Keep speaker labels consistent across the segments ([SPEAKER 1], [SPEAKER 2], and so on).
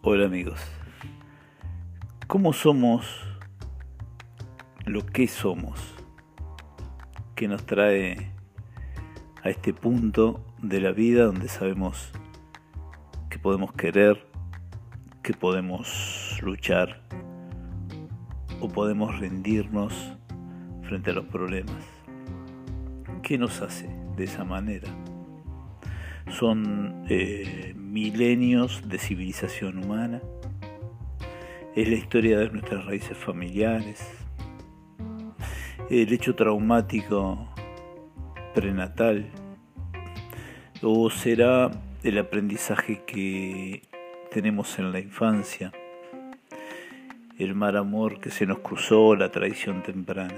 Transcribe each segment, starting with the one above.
[SPEAKER 1] Hola amigos, ¿cómo somos lo que somos? ¿Qué nos trae a este punto de la vida donde sabemos que podemos querer, que podemos luchar o podemos rendirnos frente a los problemas? ¿Qué nos hace de esa manera? Son milenios de civilización humana, es la historia de nuestras raíces familiares, el hecho traumático prenatal, o será el aprendizaje que tenemos en la infancia, el mal amor que se nos cruzó, la traición temprana.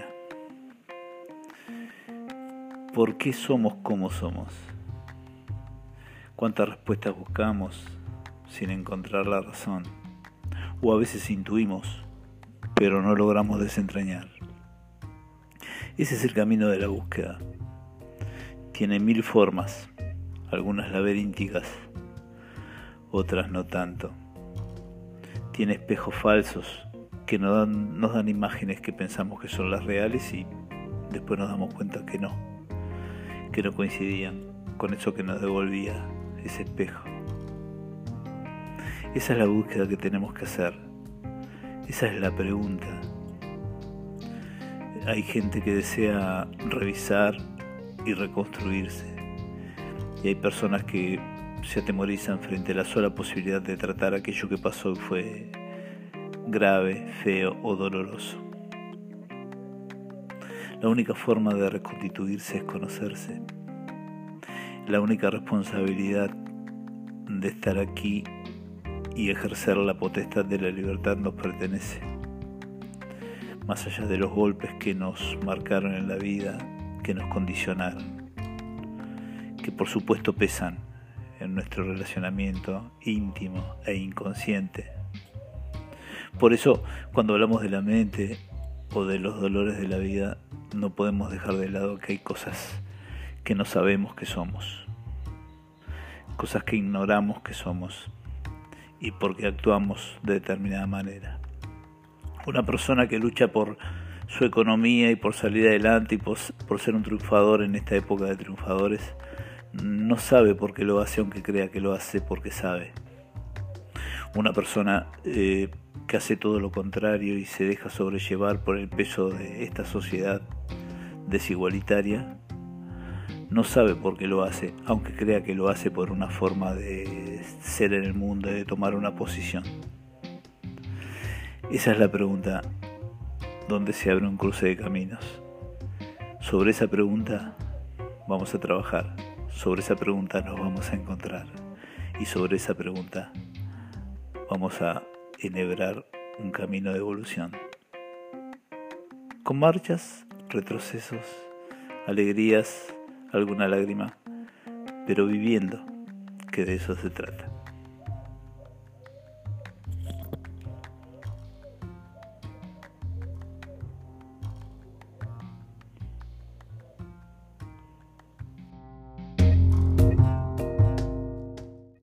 [SPEAKER 1] ¿Por qué somos como somos? ¿Cuántas respuestas buscamos sin encontrar la razón? O a veces intuimos, pero no logramos desentrañar. Ese es el camino de la búsqueda. Tiene 1000 formas, algunas laberínticas, otras no tanto. Tiene espejos falsos que nos dan imágenes que pensamos que son las reales y después nos damos cuenta que no coincidían con eso que nos devolvía ese espejo. Esa es la búsqueda que tenemos que hacer. Esa es la pregunta. Hay gente que desea revisar y reconstruirse. Y hay personas que se atemorizan frente a la sola posibilidad de tratar aquello que pasó y fue grave, feo o doloroso. La única forma de reconstituirse es conocerse. La única responsabilidad de estar aquí y ejercer la potestad de la libertad nos pertenece. Más allá de los golpes que nos marcaron en la vida, que nos condicionaron, que por supuesto pesan en nuestro relacionamiento íntimo e inconsciente. Por eso, cuando hablamos de la mente o de los dolores de la vida, no podemos dejar de lado que hay cosas que no sabemos que somos, cosas que ignoramos que somos y porque actuamos de determinada manera. Una persona que lucha por su economía y por salir adelante y por ser un triunfador en esta época de triunfadores, no sabe por qué lo hace, aunque crea que lo hace porque sabe. Una persona que hace todo lo contrario y se deja sobrellevar por el peso de esta sociedad desigualitaria, no sabe por qué lo hace, aunque crea que lo hace por una forma de ser en el mundo y de tomar una posición. Esa es la pregunta donde se abre un cruce de caminos. Sobre esa pregunta vamos a trabajar, sobre esa pregunta nos vamos a encontrar y sobre esa pregunta vamos a enhebrar un camino de evolución. Con marchas, retrocesos, alegrías, alguna lágrima, pero viviendo, que de eso se trata.